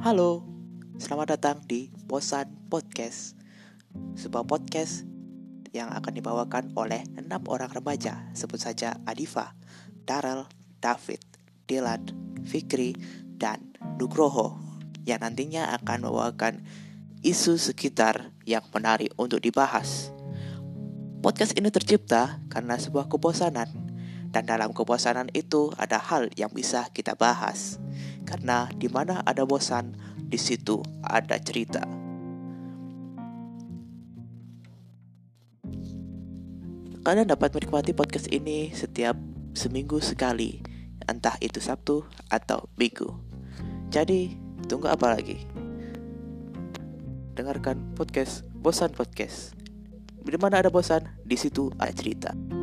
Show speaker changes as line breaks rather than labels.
Halo, selamat datang di Bosan Podcast, sebuah podcast yang akan dibawakan oleh 6 orang remaja, sebut saja Adifa, Darrell, David, Dylan, Fikri, dan Nugroho, yang nantinya akan membawakan isu sekitar yang menarik untuk dibahas. Podcast ini tercipta karena sebuah kebosanan, dan dalam kebosanan itu ada hal yang bisa kita bahas. Karena di mana ada bosan, di situ ada cerita. Kalian dapat menikmati podcast ini setiap seminggu sekali, entah itu Sabtu atau Minggu. Jadi, tunggu apa lagi? Dengarkan podcast Bosan Podcast. Di mana ada bosan, di situ ada cerita.